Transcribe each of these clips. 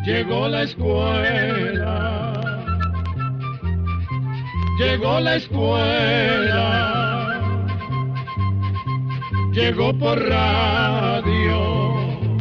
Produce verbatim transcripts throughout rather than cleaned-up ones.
Llegó la escuela, llegó la escuela, llegó por radio.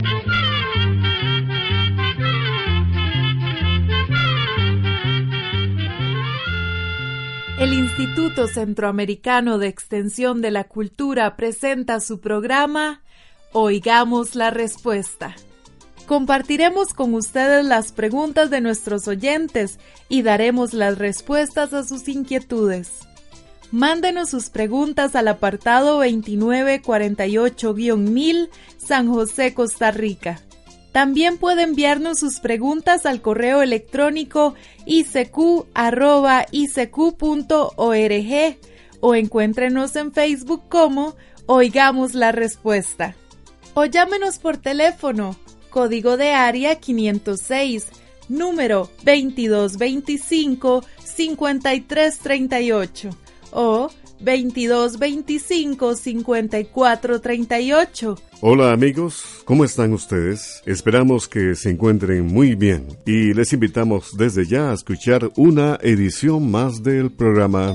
El Instituto Centroamericano de Extensión de la Cultura presenta su programa Oigamos la Respuesta. Compartiremos con ustedes las preguntas de nuestros oyentes y daremos las respuestas a sus inquietudes. Mándenos sus preguntas al apartado veintinueve cuarenta y ocho guión mil, San José, Costa Rica. También puede enviarnos sus preguntas al correo electrónico i c q arroba i c q punto org o encuéntrenos en Facebook como Oigamos la Respuesta. O llámenos por teléfono, código de área quinientos seis, número veintidós veinticinco, cincuenta y tres treinta y ocho o veintidós veinticinco, cincuenta y cuatro treinta y ocho. Hola amigos, ¿cómo están ustedes? Esperamos que se encuentren muy bien y les invitamos desde ya a escuchar una edición más del programa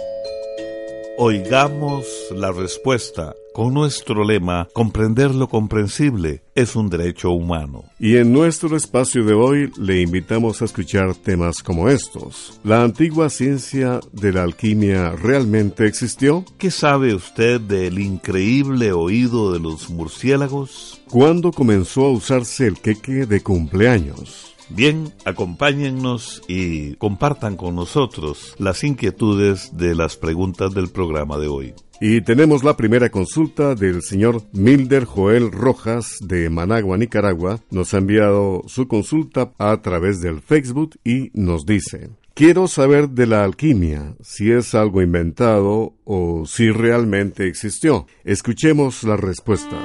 Oigamos la Respuesta, con nuestro lema, comprender lo comprensible es un derecho humano. Y en nuestro espacio de hoy le invitamos a escuchar temas como estos. ¿La antigua ciencia de la alquimia realmente existió? ¿Qué sabe usted del increíble oído de los murciélagos? ¿Cuándo comenzó a usarse el queque de cumpleaños? Bien, acompáñennos y compartan con nosotros las inquietudes de las preguntas del programa de hoy. Y tenemos la primera consulta del señor Milder Joel Rojas de Managua, Nicaragua. Nos ha enviado su consulta a través del Facebook y nos dice: quiero saber de la alquimia, si es algo inventado o si realmente existió. Escuchemos la respuesta.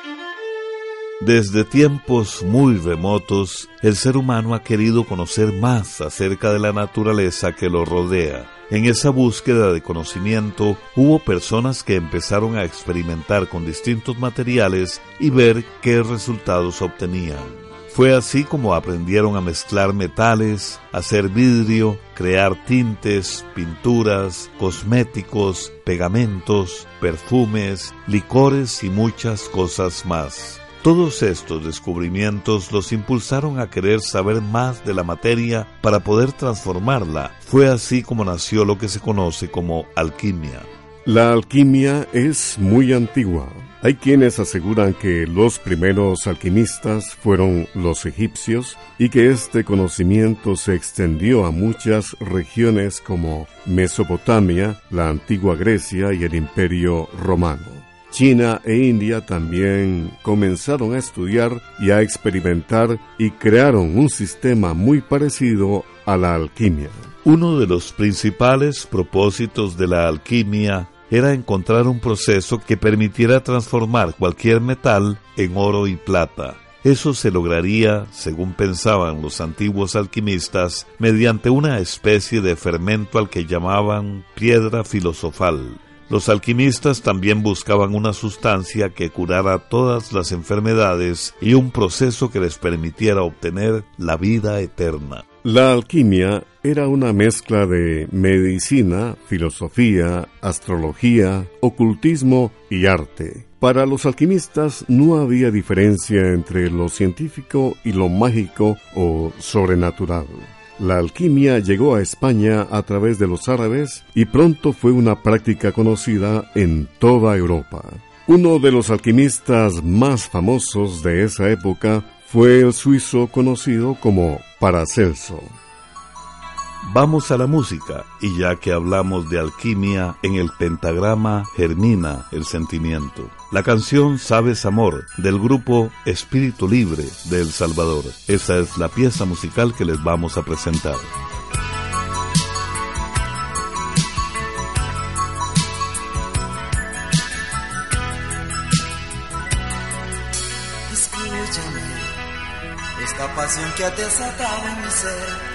Desde tiempos muy remotos, el ser humano ha querido conocer más acerca de la naturaleza que lo rodea. En esa búsqueda de conocimiento, hubo personas que empezaron a experimentar con distintos materiales y ver qué resultados obtenían. Fue así como aprendieron a mezclar metales, hacer vidrio, crear tintes, pinturas, cosméticos, pegamentos, perfumes, licores y muchas cosas más. Todos estos descubrimientos los impulsaron a querer saber más de la materia para poder transformarla. Fue así como nació lo que se conoce como alquimia. La alquimia es muy antigua. Hay quienes aseguran que los primeros alquimistas fueron los egipcios y que este conocimiento se extendió a muchas regiones como Mesopotamia, la antigua Grecia y el Imperio Romano. China e India también comenzaron a estudiar y a experimentar y crearon un sistema muy parecido a la alquimia. Uno de los principales propósitos de la alquimia era encontrar un proceso que permitiera transformar cualquier metal en oro y plata. Eso se lograría, según pensaban los antiguos alquimistas, mediante una especie de fermento al que llamaban piedra filosofal. Los alquimistas también buscaban una sustancia que curara todas las enfermedades y un proceso que les permitiera obtener la vida eterna. La alquimia era una mezcla de medicina, filosofía, astrología, ocultismo y arte. Para los alquimistas no había diferencia entre lo científico y lo mágico o sobrenatural. La alquimia llegó a España a través de los árabes y pronto fue una práctica conocida en toda Europa. Uno de los alquimistas más famosos de esa época fue el suizo conocido como Paracelso. Vamos a la música, y ya que hablamos de alquimia, en el pentagrama germina el sentimiento. La canción Sabes Amor, del grupo Espíritu Libre de El Salvador. Esa es la pieza musical que les vamos a presentar. Escúchame, esta pasión que ha desatado en mi ser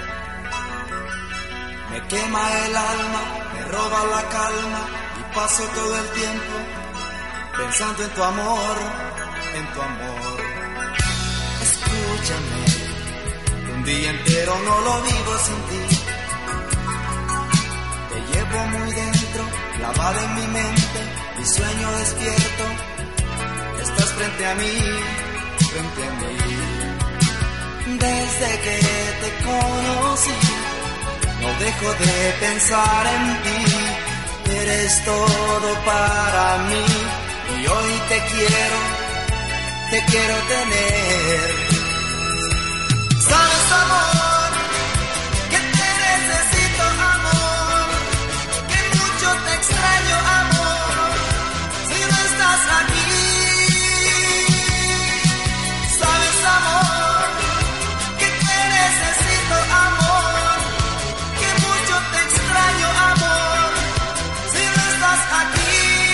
me quema el alma, me roba la calma y paso todo el tiempo pensando en tu amor, en tu amor. Escúchame, Un día entero no lo vivo sin ti. Te llevo muy dentro, clavado en mi mente, mi sueño despierto. Estás frente a mí, frente a mí. Desde que te conocí, no dejo de pensar en ti. Eres todo para mí y hoy te quiero, te quiero tener. Sabes, amor, que te necesito, amor, que mucho te extraño, amor, si no estás aquí. Sabes, amor, que te necesito, amor, que mucho te extraño, amor, si no estás aquí.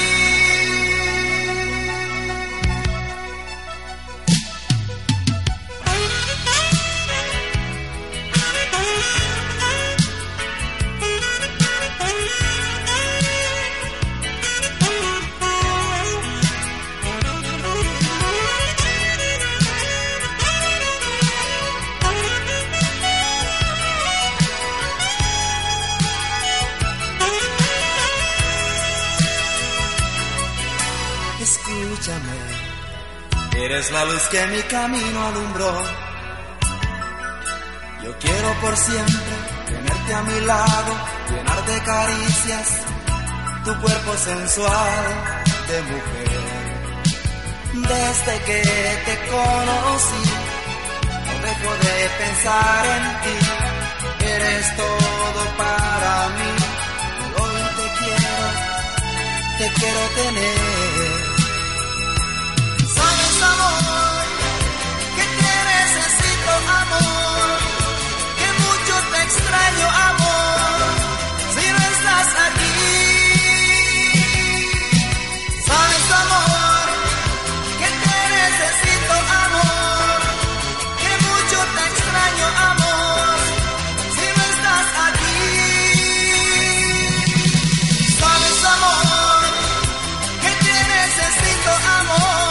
Escúchame, eres la luz que mi camino alumbró. Yo quiero por siempre tenerte a mi lado, llenar de caricias tu cuerpo sensual de mujer. Desde que te conocí, no dejo de pensar en ti. Eres todo para mí, hoy te quiero, te quiero tener. Sabes, amor, que te necesito, amor, que mucho te extraño, amor, si no estás aquí. Sabes, amor, que te necesito, amor, que mucho te extraño, amor, si no estás aquí. Sabes, amor, que te necesito, amor,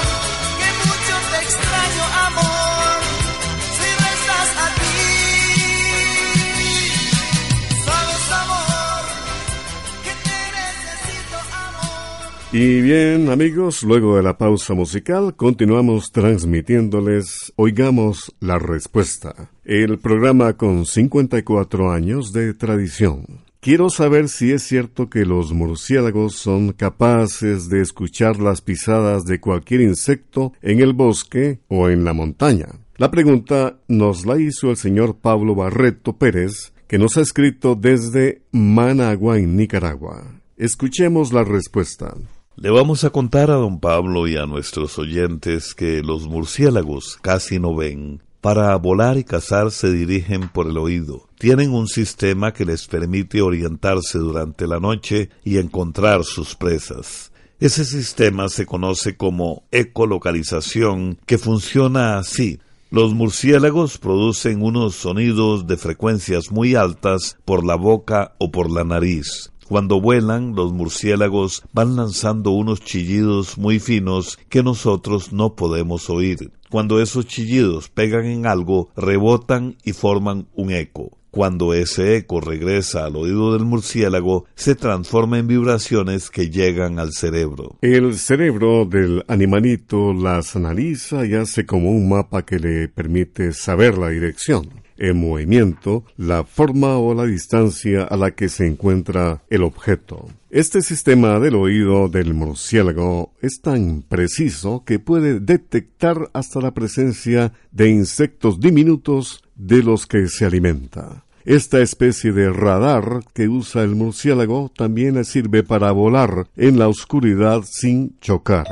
extraño, amor, si no estás aquí. Sabes, amor, que te necesito, amor. Y bien, amigos, luego de la pausa musical, continuamos transmitiéndoles Oigamos la Respuesta, el programa con cincuenta y cuatro años de tradición. Quiero saber si es cierto que los murciélagos son capaces de escuchar las pisadas de cualquier insecto en el bosque o en la montaña. La pregunta nos la hizo el señor Pablo Barreto Pérez, que nos ha escrito desde Managua, en Nicaragua. Escuchemos la respuesta. Le vamos a contar a don Pablo y a nuestros oyentes que los murciélagos casi no ven. Para volar y cazar se dirigen por el oído. Tienen un sistema que les permite orientarse durante la noche y encontrar sus presas. Ese sistema se conoce como ecolocalización, que funciona así. Los murciélagos producen unos sonidos de frecuencias muy altas por la boca o por la nariz. Cuando vuelan, los murciélagos van lanzando unos chillidos muy finos que nosotros no podemos oír. Cuando esos chillidos pegan en algo, rebotan y forman un eco. Cuando ese eco regresa al oído del murciélago, se transforma en vibraciones que llegan al cerebro. El cerebro del animalito las analiza y hace como un mapa que le permite saber la dirección, el movimiento, la forma o la distancia a la que se encuentra el objeto. Este sistema del oído del murciélago es tan preciso que puede detectar hasta la presencia de insectos diminutos de los que se alimenta. Esta especie de radar que usa el murciélago también le sirve para volar en la oscuridad sin chocar.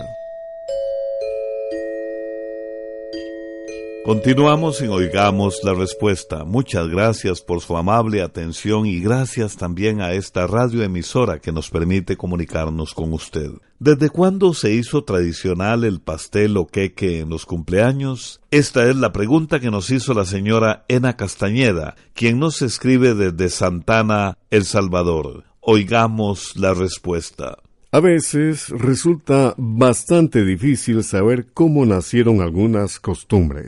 Continuamos en Oigamos la Respuesta. Muchas gracias por su amable atención y gracias también a esta radioemisora que nos permite comunicarnos con usted. ¿Desde cuándo se hizo tradicional el pastel o queque en los cumpleaños? Esta es la pregunta que nos hizo la señora Ena Castañeda, quien nos escribe desde Santana, El Salvador. Oigamos la respuesta. A veces resulta bastante difícil saber cómo nacieron algunas costumbres.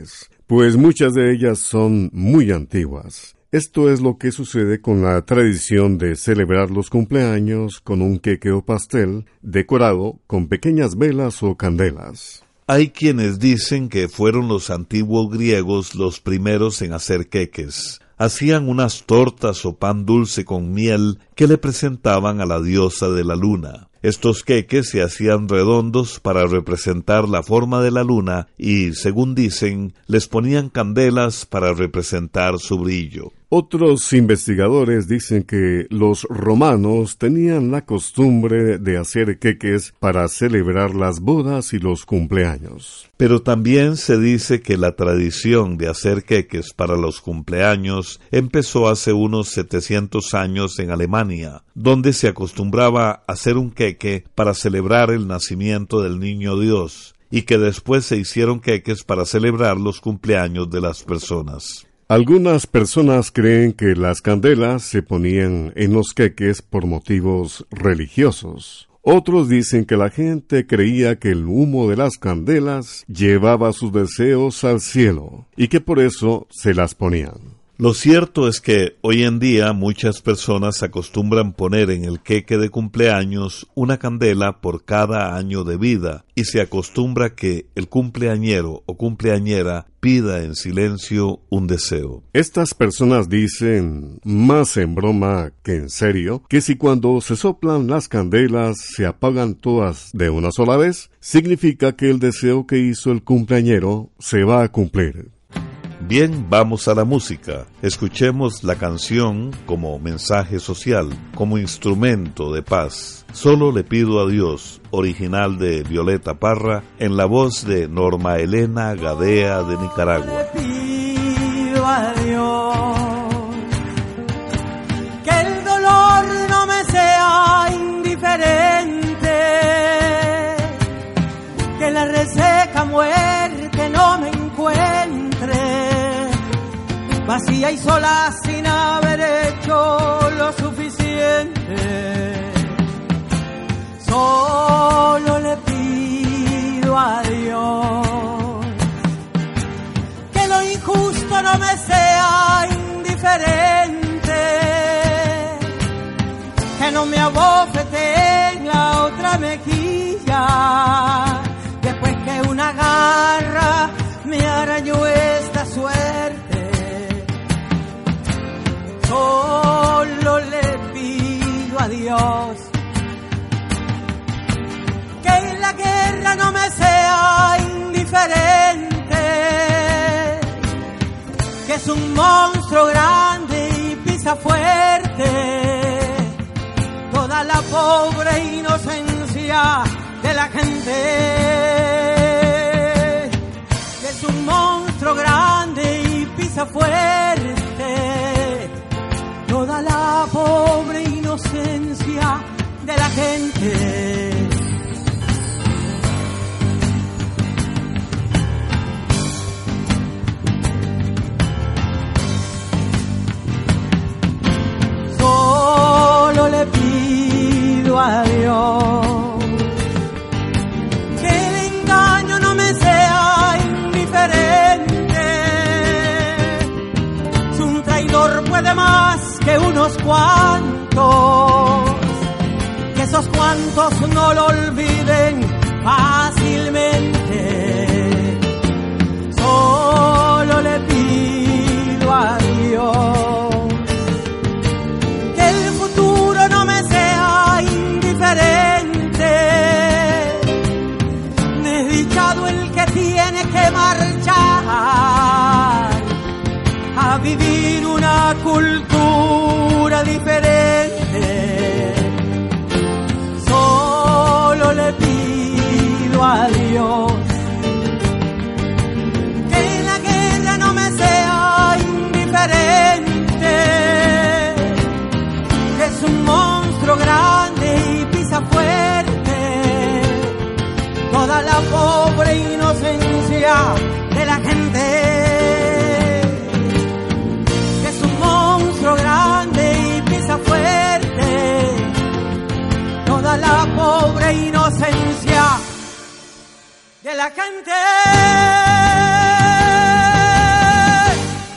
pues muchas de ellas son muy antiguas. Esto es lo que sucede con la tradición de celebrar los cumpleaños con un queque o pastel decorado con pequeñas velas o candelas. Hay quienes dicen que fueron los antiguos griegos los primeros en hacer queques. Hacían unas tortas o pan dulce con miel que le presentaban a la diosa de la luna. Estos queques se hacían redondos para representar la forma de la luna y, según dicen, les ponían candelas para representar su brillo. Otros investigadores dicen que los romanos tenían la costumbre de hacer queques para celebrar las bodas y los cumpleaños. Pero también se dice que la tradición de hacer queques para los cumpleaños empezó hace unos setecientos años en Alemania, donde se acostumbraba a hacer un queque para celebrar el nacimiento del niño Dios, y que después se hicieron queques para celebrar los cumpleaños de las personas. Algunas personas creen que las candelas se ponían en los queques por motivos religiosos. Otros dicen que la gente creía que el humo de las candelas llevaba sus deseos al cielo y que por eso se las ponían. Lo cierto es que hoy en día muchas personas acostumbran poner en el queque de cumpleaños una candela por cada año de vida y se acostumbra que el cumpleañero o cumpleañera pida en silencio un deseo. Estas personas dicen, más en broma que en serio, que si cuando se soplan las candelas se apagan todas de una sola vez, significa que el deseo que hizo el cumpleañero se va a cumplir. Bien, vamos a la música. Escuchemos la canción como mensaje social, como instrumento de paz. Solo le pido a Dios, original de Violeta Parra, en la voz de Norma Elena Gadea de Nicaragua. Le pido a Dios que el dolor no me sea indiferente, que la reseca muerte no me encuentre vacía y sola sin haber hecho lo suficiente. Solo le pido a Dios que lo injusto no me sea indiferente, que no me abofete en la otra mejilla después que una garra me arañó esta suerte. Solo le pido a Dios que en la guerra no me sea indiferente, que es un monstruo grande y pisa fuerte toda la pobre inocencia de la gente, que es un monstruo grande y pisa fuerte toda la pobre inocencia de la gente. Solo le pido a Dios que el engaño no me sea indiferente. Si un traidor puede más que unos cuantos, que esos cuantos no lo olviden fácilmente. Solo le pido a Dios que el futuro no me sea indiferente. Desdichado el que tiene que marchar a vivir una cultura diferente. Solo le pido a Dios que la guerra no me sea indiferente, que es un monstruo grande y pisa fuerte toda la pobre inocencia de la gente. Grande y pisa fuerte toda la pobre inocencia de la gente.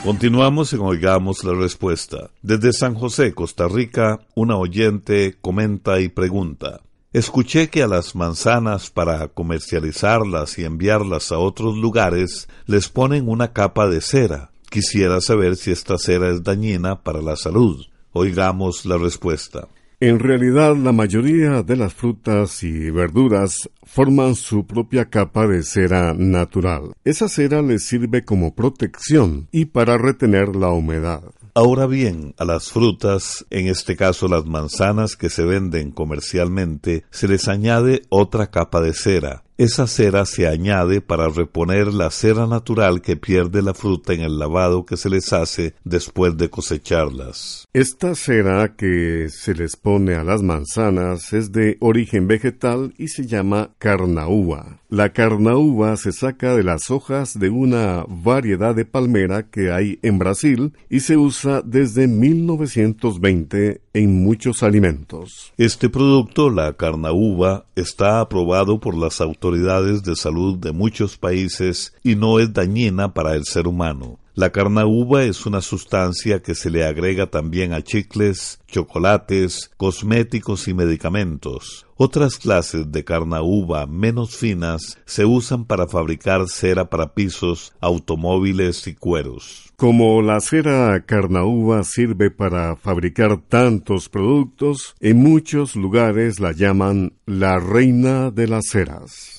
Continuamos en Oigamos la Respuesta. Desde San José, Costa Rica, una oyente comenta y pregunta: escuché que a las manzanas, para comercializarlas y enviarlas a otros lugares, les ponen una capa de cera. Quisiera saber si esta cera es dañina para la salud. Oigamos la respuesta. En realidad, la mayoría de las frutas y verduras forman su propia capa de cera natural. Esa cera les sirve como protección y para retener la humedad. Ahora bien, a las frutas, en este caso las manzanas que se venden comercialmente, se les añade otra capa de cera. Esa cera se añade para reponer la cera natural que pierde la fruta en el lavado que se les hace después de cosecharlas. Esta cera que se les pone a las manzanas es de origen vegetal y se llama carnaúba. La carnaúba se saca de las hojas de una variedad de palmera que hay en Brasil y se usa desde mil novecientos veinte en muchos alimentos. Este producto, la carnaúba, está aprobado por las autoridades de salud de muchos países y no es dañina para el ser humano. La carnaúba es una sustancia que se le agrega también a chicles, chocolates, cosméticos y medicamentos. Otras clases de carnaúba menos finas se usan para fabricar cera para pisos, automóviles y cueros. Como la cera carnaúba sirve para fabricar tantos productos, en muchos lugares la llaman la reina de las ceras.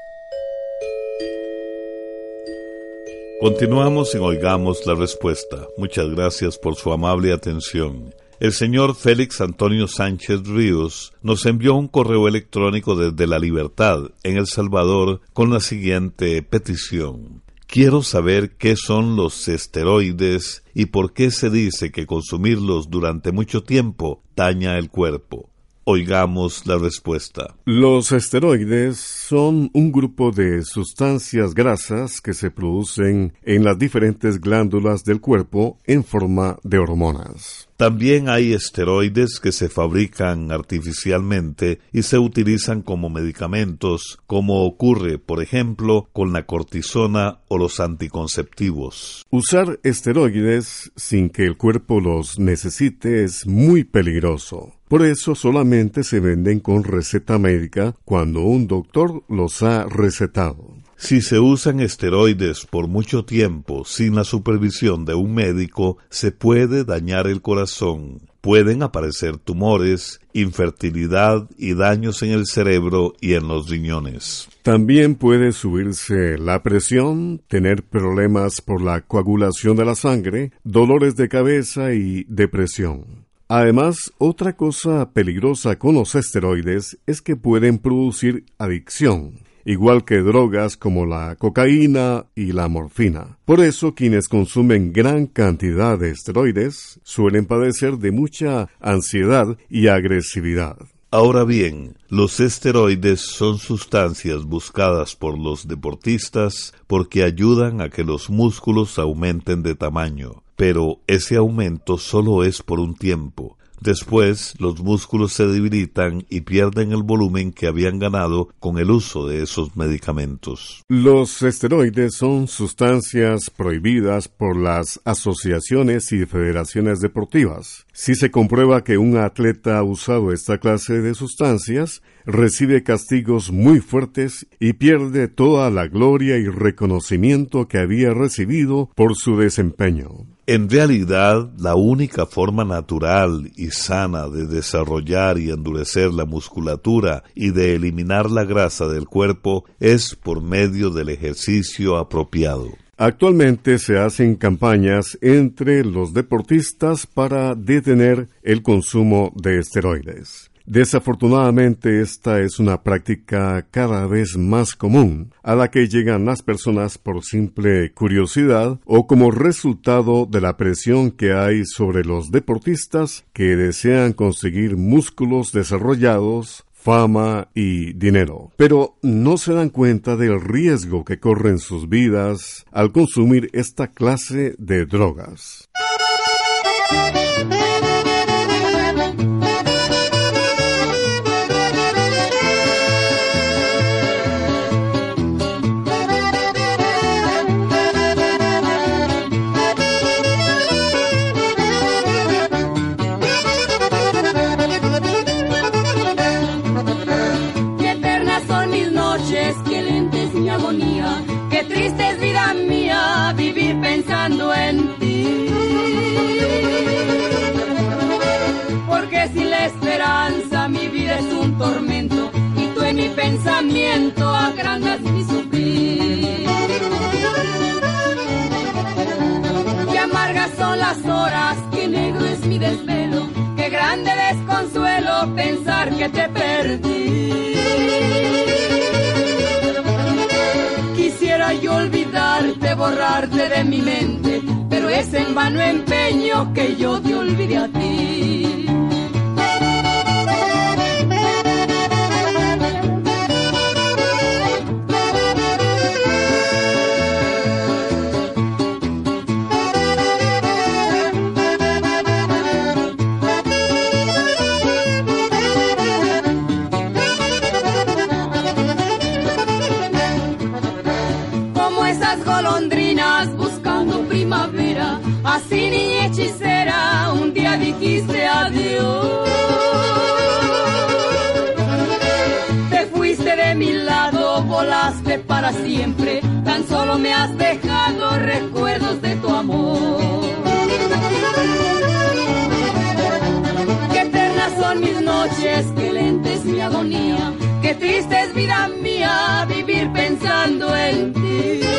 Continuamos en Oigamos la Respuesta. Muchas gracias por su amable atención. El señor Félix Antonio Sánchez Ríos nos envió un correo electrónico desde La Libertad, en El Salvador, con la siguiente petición. Quiero saber qué son los esteroides y por qué se dice que consumirlos durante mucho tiempo daña el cuerpo. Oigamos la respuesta. Los esteroides son un grupo de sustancias grasas que se producen en las diferentes glándulas del cuerpo en forma de hormonas. También hay esteroides que se fabrican artificialmente y se utilizan como medicamentos, como ocurre, por ejemplo, con la cortisona o los anticonceptivos. Usar esteroides sin que el cuerpo los necesite es muy peligroso. Por eso solamente se venden con receta médica cuando un doctor los ha recetado. Si se usan esteroides por mucho tiempo sin la supervisión de un médico, se puede dañar el corazón. Pueden aparecer tumores, infertilidad y daños en el cerebro y en los riñones. También puede subirse la presión, tener problemas por la coagulación de la sangre, dolores de cabeza y depresión. Además, otra cosa peligrosa con los esteroides es que pueden producir adicción, igual que drogas como la cocaína y la morfina. Por eso, quienes consumen gran cantidad de esteroides suelen padecer de mucha ansiedad y agresividad. Ahora bien, los esteroides son sustancias buscadas por los deportistas porque ayudan a que los músculos aumenten de tamaño. Pero ese aumento solo es por un tiempo. Después, los músculos se debilitan y pierden el volumen que habían ganado con el uso de esos medicamentos. Los esteroides son sustancias prohibidas por las asociaciones y federaciones deportivas. Si se comprueba que un atleta ha usado esta clase de sustancias, recibe castigos muy fuertes y pierde toda la gloria y reconocimiento que había recibido por su desempeño. En realidad, la única forma natural y sana de desarrollar y endurecer la musculatura y de eliminar la grasa del cuerpo es por medio del ejercicio apropiado. Actualmente se hacen campañas entre los deportistas para detener el consumo de esteroides. Desafortunadamente, esta es una práctica cada vez más común, a la que llegan las personas por simple curiosidad o como resultado de la presión que hay sobre los deportistas que desean conseguir músculos desarrollados, fama y dinero. Pero no se dan cuenta del riesgo que corren sus vidas al consumir esta clase de drogas. largas son las horas, qué negro es mi desvelo, qué grande desconsuelo pensar que te perdí. Quisiera yo olvidarte, borrarte de mi mente, pero es en vano empeño que yo te olvide a ti. Golondrinas buscando primavera, así niña hechicera, un día dijiste adiós. Te fuiste de mi lado, volaste para siempre, tan solo me has dejado recuerdos de tu amor. Qué eternas son mis noches, qué lenta es mi agonía, qué triste es vida mía vivir pensando en ti.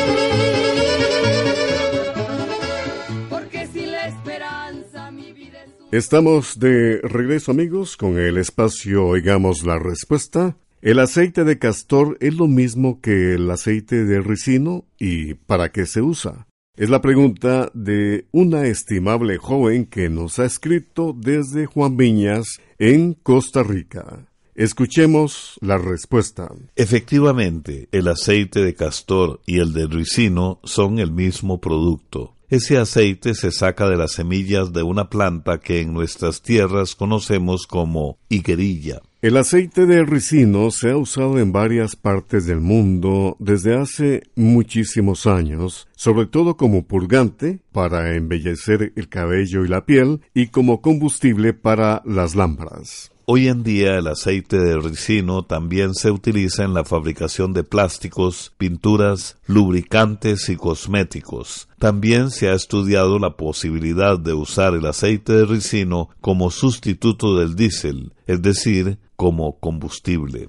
Estamos de regreso, amigos, con el espacio Oigamos la Respuesta. ¿El aceite de castor es lo mismo que el aceite de ricino? ¿Y para qué se usa? Es la pregunta de una estimable joven que nos ha escrito desde Juan Viñas, en Costa Rica. Escuchemos la respuesta. Efectivamente, el aceite de castor y el de ricino son el mismo producto. Ese aceite se saca de las semillas de una planta que en nuestras tierras conocemos como higuerilla. El aceite de ricino se ha usado en varias partes del mundo desde hace muchísimos años, sobre todo como purgante para embellecer el cabello y la piel y como combustible para las lámparas. Hoy en día el aceite de ricino también se utiliza en la fabricación de plásticos, pinturas, lubricantes y cosméticos. También se ha estudiado la posibilidad de usar el aceite de ricino como sustituto del diésel, es decir, como combustible.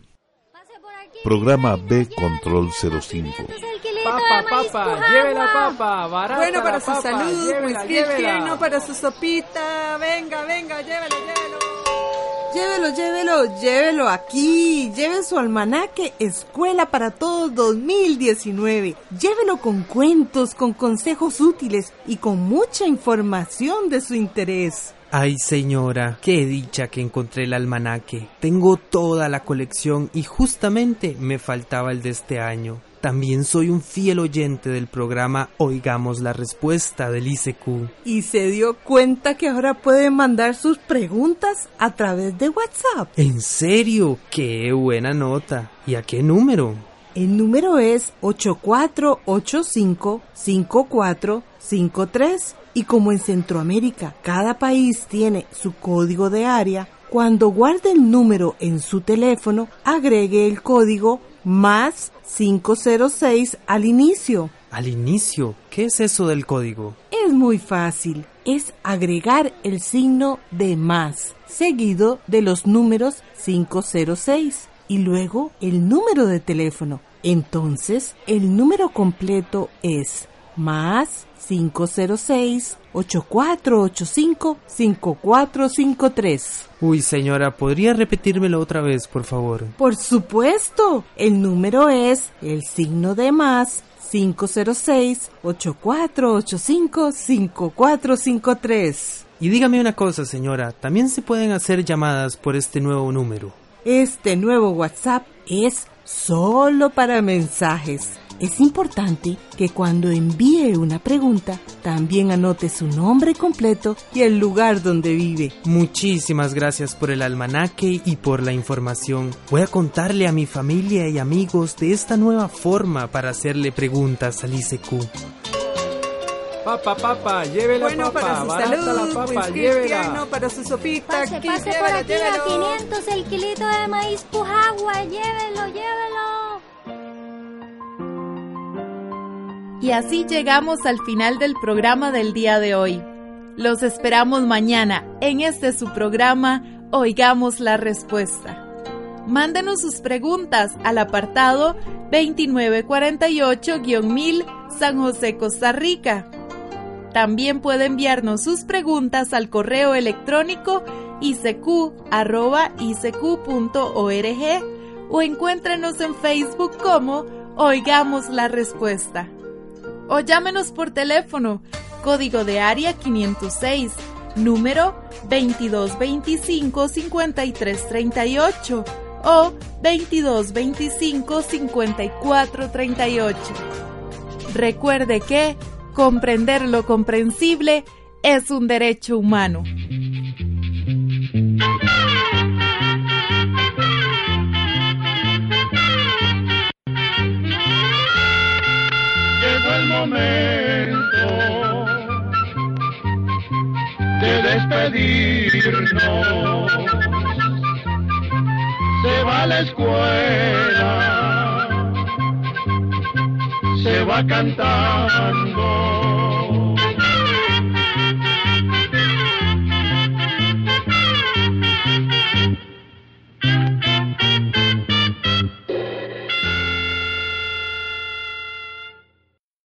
Programa B Control cero cinco. Papa, papa, lleve la papa, barata. Bueno, para la su papa, salud, llévela, whisky llévela. tierno para su sopita. Venga, venga, llévelo, llévelo. Llévelo, llévelo, llévelo aquí. Lleve su almanaque Escuela para Todos dos mil diecinueve. Llévelo con cuentos, con consejos útiles y con mucha información de su interés. Ay, señora, qué dicha que encontré el almanaque. Tengo toda la colección y justamente me faltaba el de este año. También soy un fiel oyente del programa Oigamos la Respuesta del I C Q. ¿Y se dio cuenta que ahora puede mandar sus preguntas a través de WhatsApp? ¿En serio? ¡Qué buena nota! ¿Y a qué número? El número es ocho cuatro ocho cinco, cinco cuatro cinco tres. Y como en Centroamérica cada país tiene su código de área, cuando guarde el número en su teléfono, agregue el código más cinco cero seis al inicio. ¿Al inicio? ¿Qué es eso del código? Es muy fácil. Es agregar el signo de más, seguido de los números cinco cero seis y luego el número de teléfono. Entonces, el número completo es más cinco cero seis, ocho cuatro ocho cinco, cinco cuatro cinco tres. Uy, señora, ¿podría repetírmelo otra vez, por favor? Por supuesto. El número es el signo de más cinco cero seis, ocho cuatro ocho cinco, cinco cuatro cinco tres. Y dígame una cosa, señora, ¿también se pueden hacer llamadas por este nuevo número? Este nuevo WhatsApp es solo para mensajes. Es importante que cuando envíe una pregunta, también anote su nombre completo y el lugar donde vive. Muchísimas gracias por el almanaque y por la información. Voy a contarle a mi familia y amigos de esta nueva forma para hacerle preguntas al I C Q. Papa, papa, lleve la bueno, papa, para su barata salud, la papa, whisky llévela. tierno para su sopita. Pase, aquí, pase llévelo, por aquí llévelo. a quinientos el kilito de maíz pujagua, llévelo, llévelo. Y así llegamos al final del programa del día de hoy. Los esperamos mañana en este su programa Oigamos la Respuesta. Mándenos sus preguntas al apartado veintinueve cuarenta y ocho mil San José, Costa Rica. También puede enviarnos sus preguntas al correo electrónico i c q arroba i c q punto org o encuéntrenos en Facebook como Oigamos la Respuesta. O llámenos por teléfono, código de área quinientos seis, número veintidós veinticinco cincuenta y tres treinta y ocho o veintidós veinticinco cincuenta y cuatro treinta y ocho. Recuerde que comprender lo comprensible es un derecho humano. Llegó el momento de despedirnos. Se va a la escuela, se va cantando.